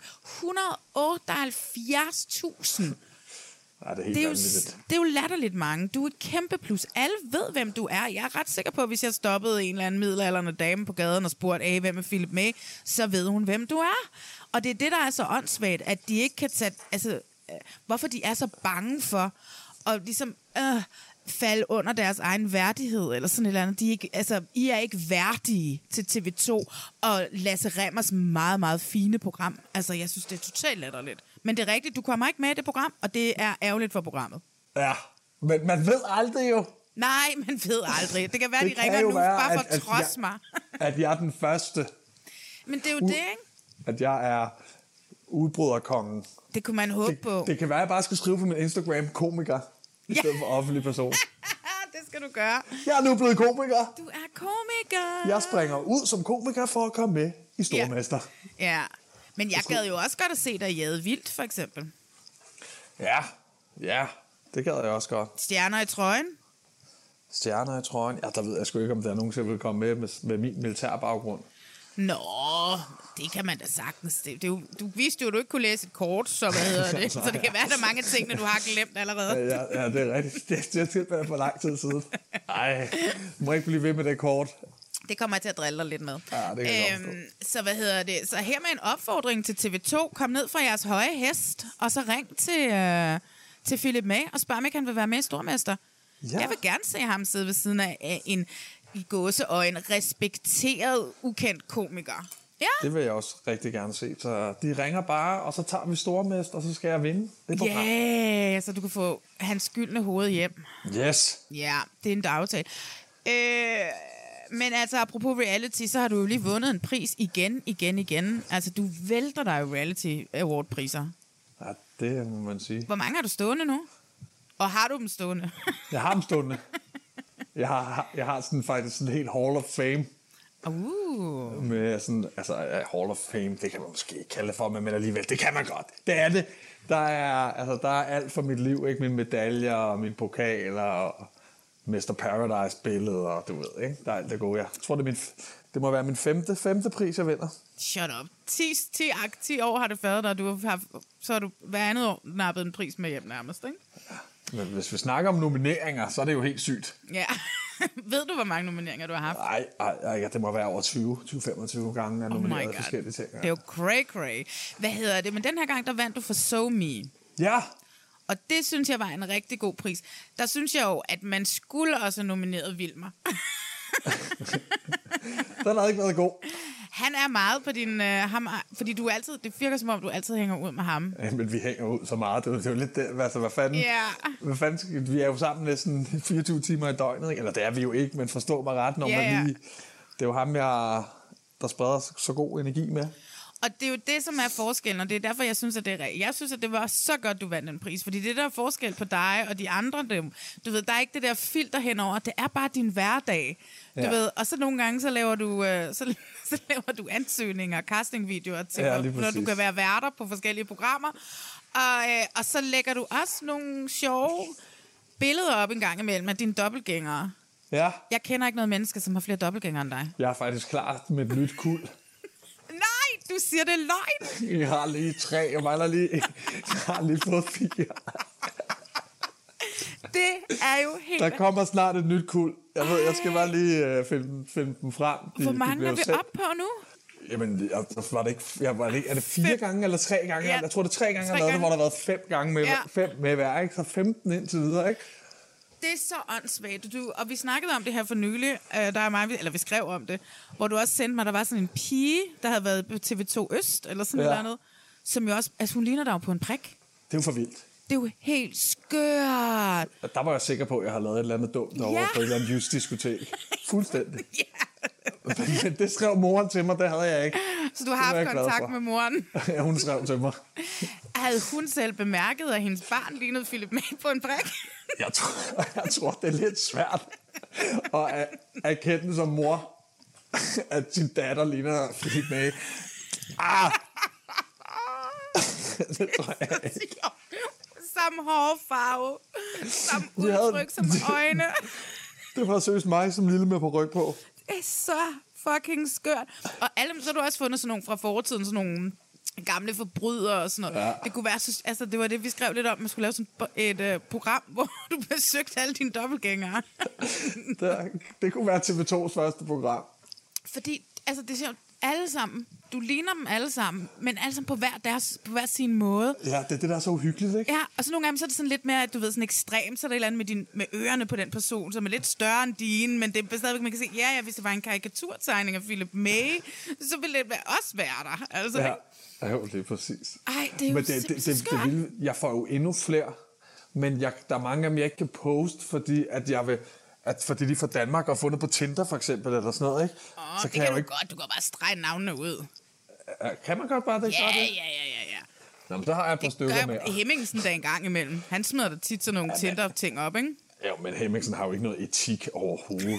178.000! Ja, det er jo latterligt mange. Du er et kæmpe plus. Alle ved, hvem du er. Jeg er ret sikker på, at hvis jeg stoppede en eller anden middelaldrende dame på gaden og spurgte, hvem er Philip May, så ved hun, hvem du er. Og det er det, der er så åndssvagt, at de ikke kan tage... Altså, hvorfor de er så bange for at ligesom falde under deres egen værdighed, eller sådan et eller andet. I er ikke værdige til TV2 og Lasse Remmers meget, meget fine program. Altså, jeg synes, det er totalt latterligt. Men det er rigtigt, du kommer ikke med i det program, og det er ærgerligt for programmet. Ja, men man ved aldrig jo. Nej, man ved aldrig. Det kan være, de ringer nu bare for at trodse mig. At jeg er den første. Men det er jo det, ikke? At jeg er udbryderkongen. Det kunne man håbe på. Det kan være, at jeg bare skal skrive på min Instagram komiker, i stedet for offentlig person. Det skal du gøre. Jeg er nu blevet komiker. Du er komiker. Jeg springer ud som komiker for at komme med i Stormester. Ja. Men jeg gad jo også godt at se dig i Jade Vildt, for eksempel. Ja, det gad jeg også godt. Stjerner i trøjen? Stjerner i trøjen? Ja, der ved jeg sgu ikke, om der er nogen, der vil komme med min militærbaggrund. Nå, det kan man da sagtens. Du vidste jo, at du ikke kunne læse et kort, så det? Så det kan være, at der er mange ting, du har glemt allerede. Ja, det er rigtigt. Det er tilfældet for lang tid siden. Ej, du må ikke blive ved med det kort. Det kommer jeg til at drille dig lidt med. Ja, det kan jeg så Så her med en opfordring til TV2. Kom ned fra jeres høje hest, og så ring til Philip May og spørg, om ikke han vil være med i Stormester. Ja. Jeg vil gerne se ham sidde ved siden af en i gåseøjne respekteret, ukendt komiker. Ja. Det vil jeg også rigtig gerne se. Så de ringer bare, og så tager vi Stormester, og så skal jeg vinde det program. Ja, så du kan få hans skyldne hoved hjem. Yes. Ja, det er en aftale. Men altså, apropos reality, så har du jo lige vundet en pris igen. Altså, du vælter dig jo reality award-priser. Ja, det må man sige. Hvor mange har du stående nu? Og har du dem stående? Jeg har dem stående. Jeg har sådan faktisk sådan en helt Hall of Fame. Med sådan, altså Hall of Fame, det kan man måske ikke kalde det for, men alligevel, det kan man godt. Det er det. Der er alt for mit liv, ikke? Mine medaljer og mine pokaler og Mr. Paradise-billedet, og du ved, ikke? Der er alt det gode. Jeg tror, det må være min femte pris, jeg vinder. Shut up. 10 år har det været dig, så har du hver andet år nappet en pris med hjem nærmest, ikke? Men hvis vi snakker om nomineringer, så er det jo helt sygt. Ja. Ved du, hvor mange nomineringer du har haft? Nej, det må være over 20-25 gange, jeg nomineret forskellige ting. Ja. Det er jo cray. Hvad hedder det? Men den her gang, der vandt du for So Me. Ja. Og det synes jeg var en rigtig god pris. Der synes jeg jo, at man skulle også have nomineret Vilmer. Den har ikke været god. Han er meget på din... fordi du altid... Det virker som om, du altid hænger ud med ham. Ja, men vi hænger ud så meget. Det er jo lidt det. Altså, hvad fanden? Vi er jo sammen næsten 24 timer i døgnet. Ikke? Eller det er vi jo ikke, men forstå mig ret, når man lige... Det er jo ham, der spreder så god energi med. Og det er jo det, som er forskellen, og det er derfor, jeg synes, at det er rigtigt. Jeg synes, at det var så godt, du vandt den pris, fordi det der er forskel på dig og de andre, du ved, der er ikke det der filter henover, det er bare din hverdag, du ved, og så nogle gange, så laver du ansøgninger og castingvideoer til, når du kan være værter på forskellige programmer, og så lægger du også nogle sjove billeder op en gang imellem af dine dobbeltgængere. Ja. Jeg kender ikke noget menneske, som har flere dobbeltgængere end dig. Jeg er faktisk klar med et nyt kuld. Du siger, det er løgn. Jeg har lige 3, jeg har lige fået 4. Det er jo helt... Der kommer snart et nyt kuld. Jeg skal bare lige finde dem frem. Hvor mange er vi op på nu? Jamen, er det 4 gange eller 3 gange? Ja. Jeg tror, det er 3 gange, jeg har lavet det, hvor der har været 5 gange med, 5 med hver, ikke? Så 15 indtil videre, ikke? Det er så åndssvagt. Og vi snakkede om det her for nylig, vi skrev om det, hvor du også sendte mig, der var sådan en pige, der havde været på TV2 Øst, eller sådan noget andet, som jo også, altså hun ligner dig jo på en prik. Det er jo for vildt. Det er jo helt skørt. Og der var jeg sikker på, at jeg havde lavet et eller andet dumt over på et eller andet just-diskotek. Fuldstændig. Men det skrev moren til mig, det havde jeg ikke. Så du har haft kontakt med moren? Ja, hun skrev til mig. Havde hun selv bemærket, at hendes barn lignede Philip May på en prik? Jeg tror, det er lidt svært at erkende som mor, at sin datter ligner Philip May. Det tror jeg ikke. Samme hårfarve, samme udtryk som øjne. Det var seriøst mig som lille med på ryg på. Det er så fucking skørt. Og så har du også fundet sådan nogle fra fortiden, sådan nogle gamle forbrydere og sådan noget. Ja. Det kunne være, altså det var det, vi skrev lidt om, man skulle lave sådan et program, hvor du besøgte alle dine dobbeltgængere. Det kunne være TV2's første program. Fordi, altså det er jo alle sammen, du ligner dem alle sammen, men alle sammen på hver sin måde. Ja, det er det, der er så uhyggeligt, ikke? Ja, og så nogle gange så er det sådan lidt mere, du ved, sådan ekstremt, så er der et eller andet med ørerne på den person, som er lidt større end dine, men det er stadigvæk, man kan se, hvis det var en karikaturtegning af Philip May, så ville det også være der. Altså, ja, jo, det er præcis. Ej, det er jo simpelthen skørt. Jeg får jo endnu flere, men der er mange af dem, jeg ikke kan poste, fordi at jeg vil... fordi de fra Danmark har fundet på Tinder for eksempel, eller sådan noget, ikke? Så det kan du ikke... godt. Du kan bare strege navnene ud. Kan man godt bare det? Ja. Nå, men der har jeg et par stykker med. Hemmingsen der en gang imellem. Han smider da tit sådan nogle Tinder-ting op, ikke? Ja, men Hemmingsen har jo ikke noget etik overhovedet.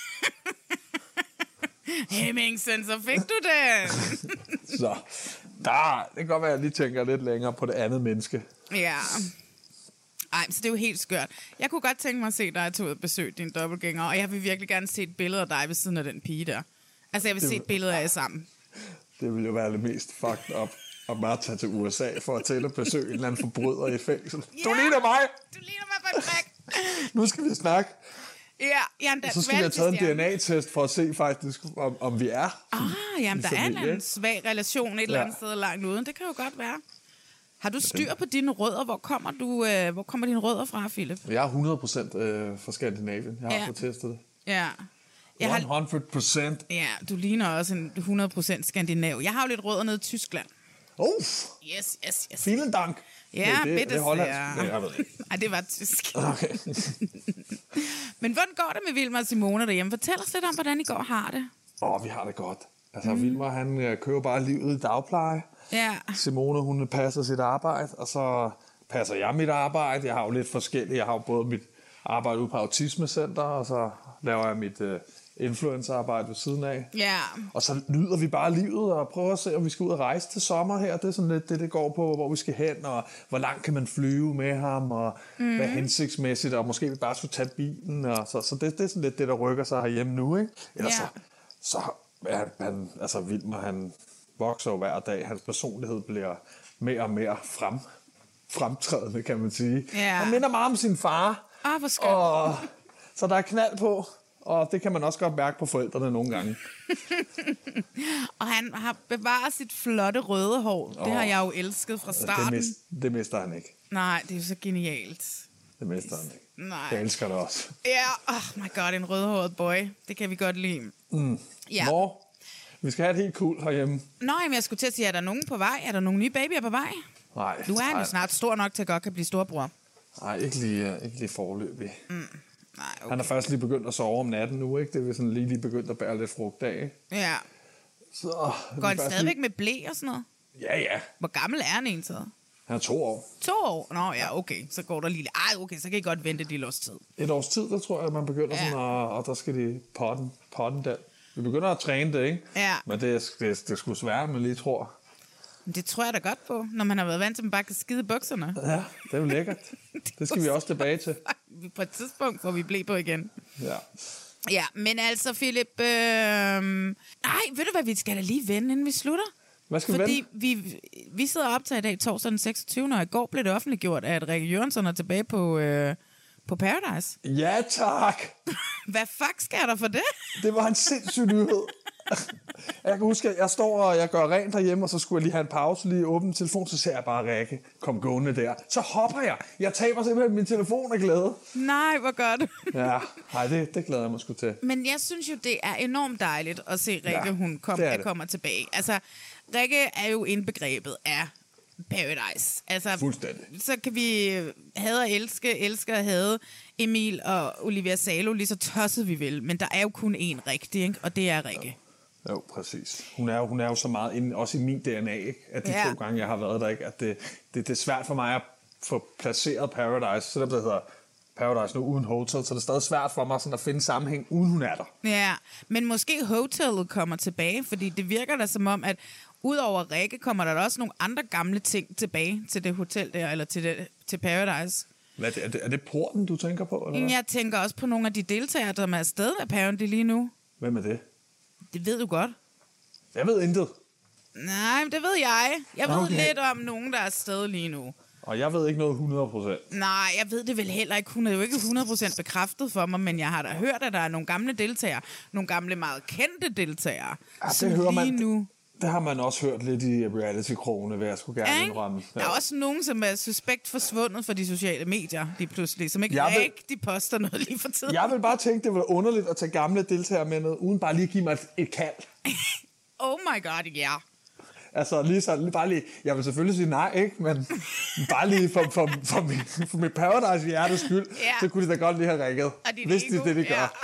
Hemmingsen, så fik du det. Så det kan godt være, at jeg lige tænker lidt længere på det andet menneske. Ja. Ej, så det er jo helt skørt. Jeg kunne godt tænke mig at se dig tage ud og besøge din dobbeltgænger, og jeg vil virkelig gerne se et billede af dig ved siden af den pige der. Altså, jeg vil se et billede af jer sammen. Det vil jo være det mest fucked up at bare tage til USA for at til at besøge en eller anden forbryder i fængsel. Ja, du ligner mig! Du ligner mig på en prik! Nu skal vi snakke. Ja, jamen, så skal vi have taget en DNA-test for at se faktisk, om vi er. Jamen, der er en eller anden svag relation et eller andet sted langt uden. Det kan jo godt være. Har du styr på dine rødder? Hvor kommer dine rødder fra, Philip? Jeg er 100% fra Skandinavien. Jeg har fået testet det. Ja. 100%. Ja, du ligner også en 100% skandinav. Jeg har jo lidt rødder nede i Tyskland. Yes. Vielen Dank. Ja, det bitte er hollandsk. sehr. Nej, jeg ved ikke. Ej, det var tysk. Okay. Men hvordan går det med Vilma og Simone derhjemme? Fortæl os lidt om, hvordan I går og har det. Vi har det godt. Altså, Vilma, han kører bare livet i dagpleje. Ja. Simone, hun passer sit arbejde, og så passer jeg mit arbejde. Jeg har jo lidt forskelligt. Jeg har jo både mit arbejde ude på Autismecenter, og så laver jeg mit influencerarbejde ved siden af. Ja. Og så nyder vi bare livet og prøver at se, om vi skal ud og rejse til sommer her. Det er sådan lidt det går på, hvor vi skal hen, og hvor langt kan man flyve med ham, og hvad er hensigtsmæssigt, og måske vi bare skulle tage bilen. Og så det er sådan lidt det, der rykker sig herhjemme nu, ikke? Ellers så han, altså Vilma, han vokser jo hver dag. Hans personlighed bliver mere og mere fremtrædende, kan man sige. Ja. Han minder meget om sin far. Hvor skønt. Og så der er knald på, og det kan man også godt mærke på forældrene nogle gange. Og han har bevaret sit flotte røde hår. Det har jeg jo elsket fra starten. Det mister han ikke. Nej, det er jo så genialt. Det mister han ikke. Nej. Jeg elsker det også. Ja, my god, en rødhåret boy. Det kan vi godt lide. Ja. Nå, vi skal have et helt cool herhjemme. Nå, men jeg skulle til at sige, er der nogen på vej? Er der nogle nye babyer på vej? Nej. Nu er han jo snart stor nok til at godt kan blive storbror. Nej, ikke lige foreløbig. Nej, okay. Han er først lige begyndt at sove om natten nu, ikke? Det er sådan lige begyndt at bære lidt frugt af, ikke? Ja. Så, Går han stadigvæk med blæ og sådan noget? Ja. Hvor gammel er han egentlig? Han er 2 år. 2 år? Nå ja, okay. Så går der lige... Okay, så kan I godt vente et lille års tid. Et års tid, der tror jeg, at man begynder sådan, og der skal de potten der. Vi begynder at træne det, ikke? Ja. Men det er sgu svært, man lige tror. Det tror jeg da godt på, når man har været vant til, at man bare kan skide bukserne. Ja, det er jo lækkert. Det skal vi også tilbage til. På et tidspunkt får vi blive på igen. Ja. Ja, men altså, Philip... Nej, ved du hvad, vi skal da lige vende, inden vi slutter? Hvad skal Fordi vi sidder og optager i dag, torsdag den 26. Og i går blev det offentliggjort, at Rikke Jørgensen er tilbage på Paradise. Ja, tak! Hvad fuck sker der for det? Det var en sindssyg nyhed. Jeg kan huske, at jeg står og jeg gør rent derhjemme, og så skulle jeg lige have en pause, lige åbne telefon, så ser jeg bare Rikke komme gående der. Så hopper jeg. Jeg taber simpelthen min telefon af glæde. Nej, hvor godt. Ja, det glæder jeg mig sgu til. Men jeg synes jo, det er enormt dejligt at se Rikke, hun kommer tilbage. Altså, Rikke er jo indbegrebet af Paradise. Altså, fuldstændig. Så kan vi hade og elske og hade Emil og Olivia Salo lige så tosset vi vil. Men der er jo kun én rigtig, ikke? Og det er Rikke. Jo, præcis. Hun er jo så meget inde, også i min DNA, ikke? At de 2 gange, jeg har været der, ikke? At det er svært for mig at få placeret Paradise, så der hedder Paradise nu uden Hotel, så det er stadig svært for mig sådan at finde sammenhæng, uden hun er der. Ja, men måske Hotellet kommer tilbage, fordi det virker da som om, at udover Rikke, kommer der også nogle andre gamle ting tilbage til det hotel der, eller til Paradise. Hvad, er det porten, du tænker på? Eller hvad? Jeg tænker også på nogle af de deltagere, der er afsted af Paradise lige nu. Hvem er det? Det ved du godt. Jeg ved intet. Nej, det ved jeg. Jeg ved lidt om nogen, der er afsted lige nu. Og jeg ved ikke noget 100%. Nej, jeg ved det vel heller ikke. Hun er jo ikke 100% bekræftet for mig, men jeg har da hørt, at der er nogle gamle deltagere. Nogle gamle, meget kendte deltagere. Ja, som det hører lige man. Nu... Det har man også hørt lidt i reality-krogene, hvad jeg skulle gerne indrømme. Ja. Der er også nogen, som er suspekt forsvundet fra de sociale medier lige pludselig, som ikke rigtig poster noget lige for tiden. Jeg vil bare tænke, det var underligt at tage gamle deltagere med noget, uden bare lige at give mig et kald. Oh my god, ja. Yeah. Altså bare lige, jeg vil selvfølgelig sige nej, ikke? Men bare lige for mit Paradise hjertes skyld, så kunne de da godt lige have rækket, hvis de gør.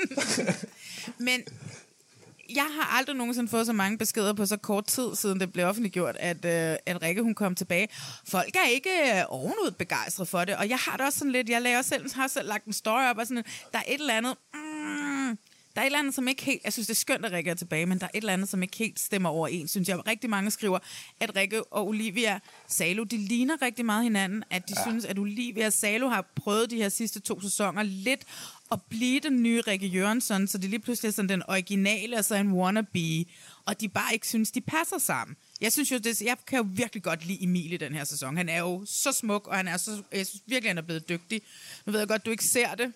Men jeg har aldrig nogensinde fået så mange beskeder på så kort tid, siden det blev offentliggjort, at Rikke hun kom tilbage. Folk er ikke ovenud begejstret for det, og jeg har det også sådan lidt, har selv lagt en story op, og sådan, der er et eller andet, der er et eller andet, som ikke helt... Jeg synes, det er skønt, at Rikke er tilbage, men der er et eller andet, som ikke helt stemmer overens, synes jeg. Rigtig mange skriver, at Rikke og Olivia Salo, de ligner rigtig meget hinanden. At de synes, at Olivia Salo har prøvet de her sidste 2 sæsoner lidt at blive den nye Rikke Jørgensen, så det lige pludselig er sådan den originale og så en wannabe, og de bare ikke synes, de passer sammen. Jeg synes jo, jeg kan jo virkelig godt lide Emil i den her sæson. Han er jo så smuk, og jeg synes virkelig, han er blevet dygtig. Nu ved jeg godt, du ikke ser det.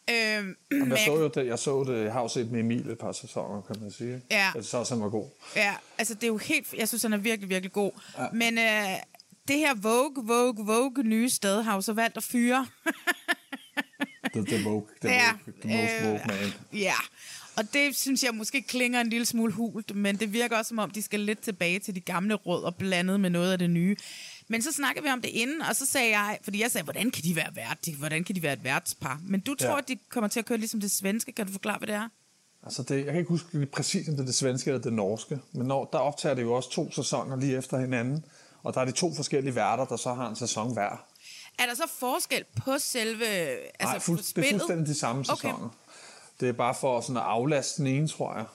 Jeg så det, jeg har jo set med Emil et par sæsoner, kan man sige. Ja. Jeg synes også, han var god. Ja, altså det er jo helt... Jeg synes, han er virkelig, virkelig god. Ja. Men det her Vogue nye sted har jo så valgt at fyre. The Vogue. The most Vogue man. Ja, Og det synes jeg måske klinger en lille smule hult, men det virker også som om, de skal lidt tilbage til de gamle rødder, blandet med noget af det nye. Men så snakkede vi om det inden, og så sagde jeg, fordi jeg sagde, hvordan kan de være hvordan kan de være et værtspar? Men du tror, at de kommer til at køre ligesom det svenske. Kan du forklare, hvad det er? Altså jeg kan ikke huske præcis, om det er det svenske eller det norske, men der optager det jo også 2 sæsoner lige efter hinanden, og der er de 2 forskellige værter, der så har en sæson hver. Er der så forskel på selve Nej, på det er spillet? fuldstændig de samme sæsoner. Okay. Det er bare for sådan at aflaste den ene, tror jeg.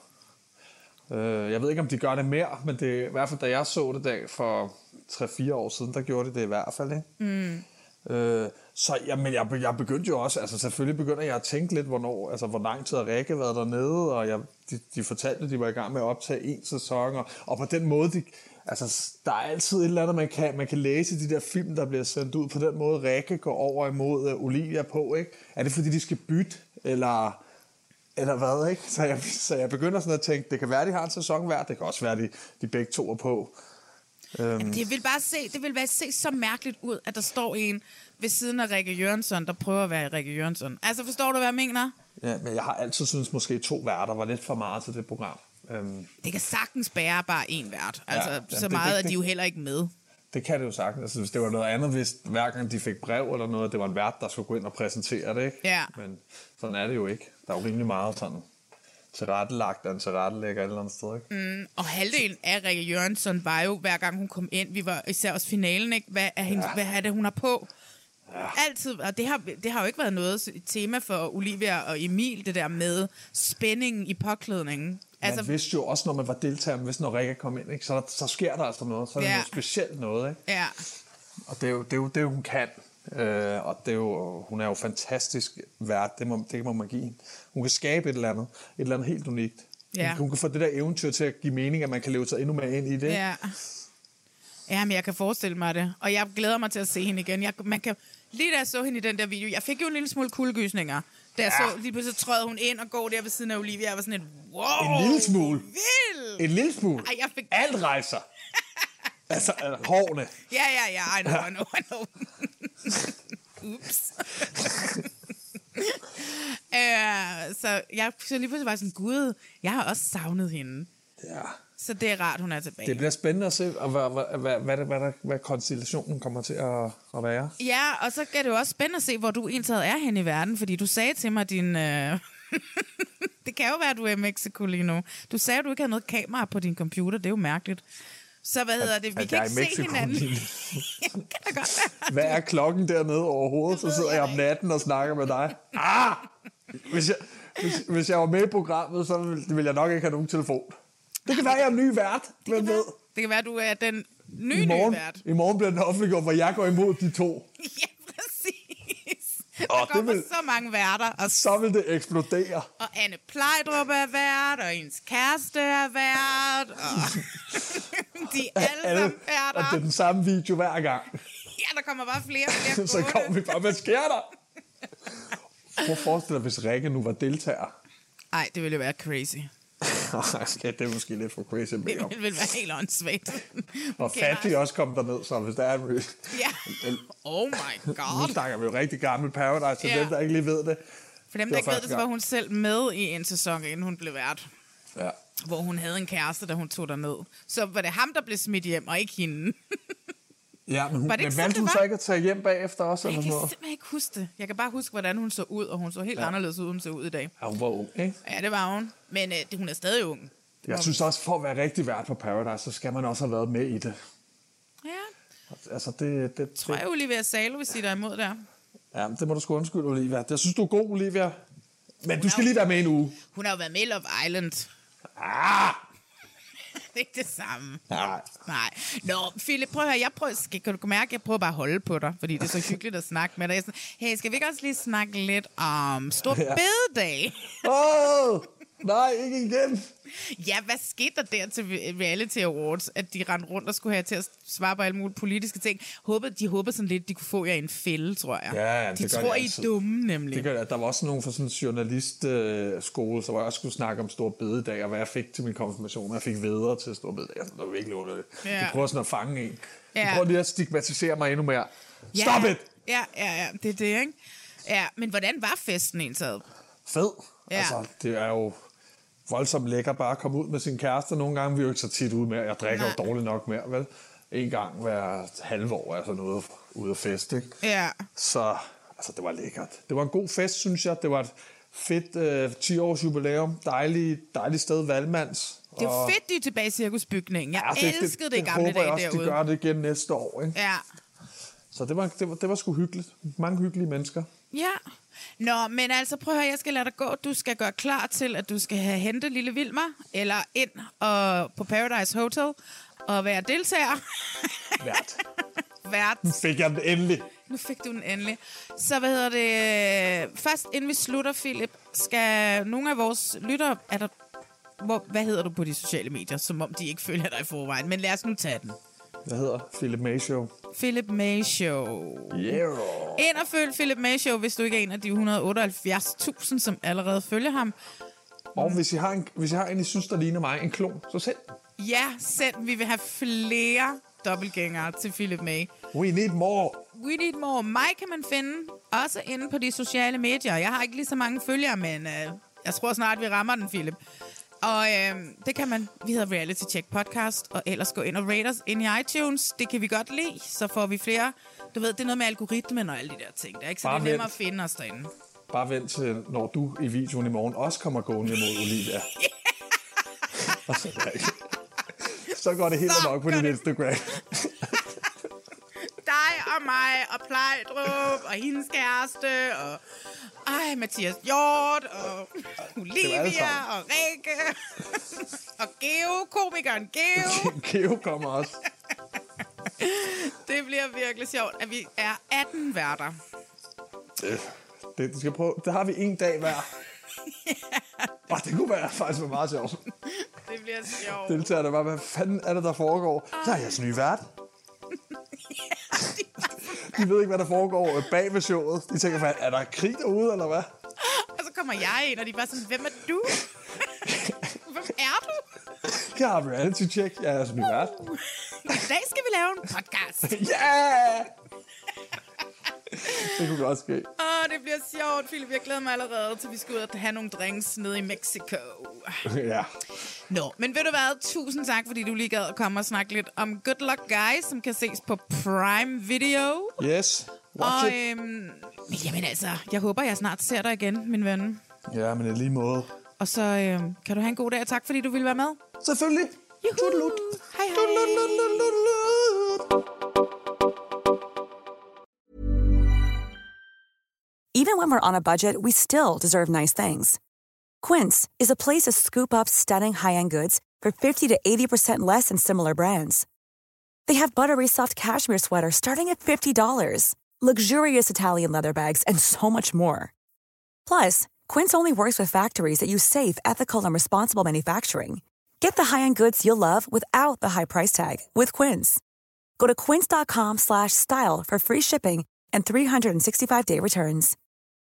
Jeg ved ikke, om de gør det mere, men det i hvert fald, da jeg så det der for 3-4 år siden, der gjorde de det i hvert fald, ikke? Så jamen, jeg begyndte jo også, altså selvfølgelig begynder jeg at tænke lidt, hvor lang tid har Rikke været dernede, og de fortalte, at de var i gang med at optage 1 sæson, og på den måde, der er altid et eller andet, man kan læse i de der film, der bliver sendt ud, på den måde Rikke går over imod Olivia på, ikke? Er det fordi, de skal bytte, eller hvad, ikke? Så jeg begynder sådan at tænke, det kan være, de har en sæson hver, det kan også være, de begge 2 er på. Det vil se så mærkeligt ud, at der står en ved siden af Rikke Jørgensen, der prøver at være Rikke Jørgensen. Altså, forstår du, hvad jeg mener? Ja, men jeg har altid syntes, måske 2 værter var lidt for meget til det program. Det kan sagtens bære bare én vært. Altså, så meget er de jo heller ikke med. Det kan det jo sagtens. Altså, hvis det var noget andet, hvis hver gang de fik brev eller noget, det var en vært, der skulle gå ind og præsentere det, ikke? Ja. Men sådan er det jo ikke. Der er jo rimelig meget sådan tilrettelagt, og en tilrettelægger et eller andet sted, ikke? Og halvdelen af Rikke Jørgensen var jo, hver gang hun kom ind, vi var især også finalen, ikke? Hvad er det, hun har på? Ja. Altid, og det har jo ikke været noget tema for Olivia og Emil, det der med spændingen i påklædningen. Altså, man vidste jo også, når man var deltager, når Rikke kom ind, ikke? Så sker der altså noget, så er det noget specielt noget, ikke? Ja. Og det er jo det, hun kan. Og det er jo, hun er jo fantastisk vært, det må man give hende. Hun kan skabe et eller andet helt unikt. Ja. Hun kan få det der eventyr til at give mening, at man kan leve sig endnu mere ind i det. Ja. Jamen, jeg kan forestille mig det, og jeg glæder mig til at se hende igen. Lige da jeg så hende i den der video, jeg fik jo en lille smule kuldegysninger. Da jeg så, lige pludselig træder hun ind og går der ved siden af Olivia, jeg var sådan et, wow, en lille smule. Vild. En lille smule. Ej, jeg fik... Alt rejser. Altså, hårene. Ja, I know. Ups. Så lige pludselig var sådan, gud, jeg har også savnet hende. Ja. Så det er rart, hun er tilbage. Det bliver spændende at se, hvad konstellationen kommer til at være. Ja, og så er det jo også spændende at se, hvor du egentlig er hen i verden, fordi du sagde til mig, det kan jo være, at du er i Mexico lige nu. Du sagde, at du ikke havde noget kamera på din computer, det er jo mærkeligt. Så hvad hedder det? Vi kan ikke se hinanden. Jamen, kan da godt være. Hvad er klokken dernede overhovedet? Så sidder jeg om natten og snakker med dig. Hvis jeg var med i programmet, så ville jeg nok ikke have nogen telefon. Det kan være, jeg er en ny vært. Hvem ved? Det kan være, du er den nye vært. I morgen bliver den offentliggjort, hvor jeg går imod de 2. Ja, præcis. Der kommer så mange værter. Og så vil det eksplodere. Og Anne Plejdrup er vært, og ens kæreste er vært, og de er alle sammen værter. Og det er den samme video hver gang. Ja, der kommer bare flere så kommer vi bare, hvad sker der? Prøv at forestille dig, hvis Rikke nu var deltager. Ej, det ville jo være crazy. Ja, det er måske lidt for crazy. Det ville være helt åndssvagt. Og Fatty også kom derned, så hvis der er en... Ja. Oh my god. Nu snakker vi jo rigtig gammel Paradise, så dem, der ikke lige ved det. For dem, der ikke ved det, så var hun selv med i en sæson, inden hun blev vært. Ja. Hvor hun havde en kæreste, da hun tog derned. Så var det ham, der blev smidt hjem, og ikke hende. Ja, men valgte hun så ikke at tage hjem bagefter også? Jeg kan simpelthen ikke huske det. Jeg kan bare huske, hvordan hun så ud, og hun så helt anderledes ud, hun så ud i dag. Ja, hun var ung, ikke? Ja, det var hun. Men hun er stadig ung. Jeg synes også, for at være rigtig vært på Paradise, så skal man også have været med i det. Ja. Altså, det tror jeg, Olivia Salo vil sige dig imod der. Ja, det må du sgu undskylde, Olivia. Jeg synes, du er god, Olivia. Men du skal lige være med en uge. Hun har jo været med i Love Island. Det er ikke det samme. Nej. Nå, Philip, prøv at høre. Kan du mærke, jeg prøver bare at holde på dig, fordi det er så hyggeligt at snakke med dig. Jeg er sådan, hey, skal vi ikke også lige snakke lidt om Stor Bededag? Nej, ikke igen. Ja, hvad skete der til Reality Awards, at de rendte rundt og skulle have til at svare på alle mulige politiske ting? De håbede sådan lidt, de kunne få jer i en fælde, tror jeg. Ja, de tror, I er dumme, nemlig. Det gør, der var også nogen fra sådan en journalistskole, så var jeg også skulle snakke om Stor Bededag, og hvad jeg fik til min konfirmation. Jeg fik videre til Stor Bededag. Det var virkelig underligt. De prøver sådan at fange en. De prøver lige at stigmatisere mig endnu mere. Stop it! Ja, det er det, ikke? Ja, men hvordan var festen egentlig? Fed. Ja. Altså, det er jo... voldsomt lækker bare at komme ud med sin kæreste. Nogle gange vi er jo ikke så tit ude med, jeg drikker jo dårligt nok mere, vel? En gang hver halve år, altså noget ude at fest, ikke? Ja. Så altså, det var lækkert. Det var en god fest, synes jeg. Det var et fedt 10-års jubilæum. Dejligt sted, Valmands. Det er fedt, de er tilbage i cirkusbygningen. Jeg elskede det i gamle dage derude. Jeg håber også, de gør det igen næste år, ikke? Ja. Så det var sgu hyggeligt. Mange hyggelige mennesker. Ja. Nå, men altså prøv at høre, jeg skal lade dig gå. Du skal gøre klar til, at du skal have hentet lille Vilmar, eller ind og på Paradise Hotel, og være deltager. Vært. Nu fik jeg den endelig. Nu fik du den endelig. Så først inden vi slutter, Philip, skal nogle af vores lyttere, hvad hedder du på de sociale medier, som om de ikke følger dig i forvejen, men lad os nu tage den. Jeg hedder Philip May Show. Philip May Show. Yeah. Ind og følg Philip May Show, hvis du ikke er en af de 178.000, som allerede følger ham. Og hvis I har en, I synes, der ligner mig, en klon, så send. Ja, send. Vi vil have flere dobbeltgængere til Philip May. We need more. Mig kan man finde også inde på de sociale medier. Jeg har ikke lige så mange følgere, men jeg tror snart, vi rammer den, Philip. Og det kan man. Vi hedder Reality Check Podcast, og ellers gå ind og rate os ind i iTunes. Det kan vi godt lide, så får vi flere. Du ved, det er noget med algoritmen og alle de der ting. Det er ikke så det er nemmere at finde os derinde. Bare vent til, når du i videoen i morgen også kommer gående imod Olivia. Og så går det helt nok på din Instagram. Dig og mig og Plejdrup og hendes kæreste og Mathias Hjort og Olivia og Rikke og Geo, komikeren Geo. Geo kommer også. Det bliver virkelig sjovt, at vi er 18 værter. Det skal prøve. Det har vi en dag hver. Det kunne faktisk være meget sjovt. Det bliver sjovt. Deltagerne bare, hvad fanden er det, der foregår? Så er jeres nye vært. De ved ikke, hvad der foregår bag ved showet. De tænker, er der krig derude, eller hvad? Og så kommer jeg ind, og de er bare sådan, hvem er du? Hvem er du? Jeg har reality check. Jeg er jeres nye vært. I dag skal vi lave en podcast. Yeah! Det kunne godt ske. Det bliver sjovt, Philip. Jeg glæder mig allerede til, vi skal ud og have nogle drinks nede i Mexico. Ja. Nå, men ved du hvad? Tusind tak, fordi du lige gad at komme og snakke lidt om Good Luck Guys, som kan ses på Prime Video. Yes. Watch it. Jamen altså, jeg håber, jeg snart ser dig igen, min ven. Ja, men i lige måde. Og så kan du have en god dag, og tak fordi du ville være med. Selvfølgelig. Juhu. Hej hej. Even when we're on a budget, we still deserve nice things. Quince is a place to scoop up stunning high-end goods for 50 to 80% less than similar brands. They have buttery soft cashmere sweaters starting at $50, luxurious Italian leather bags, and so much more. Plus, Quince only works with factories that use safe, ethical, and responsible manufacturing. Get the high-end goods you'll love without the high price tag with Quince. Go to quince.com/style for free shipping and 365-day returns.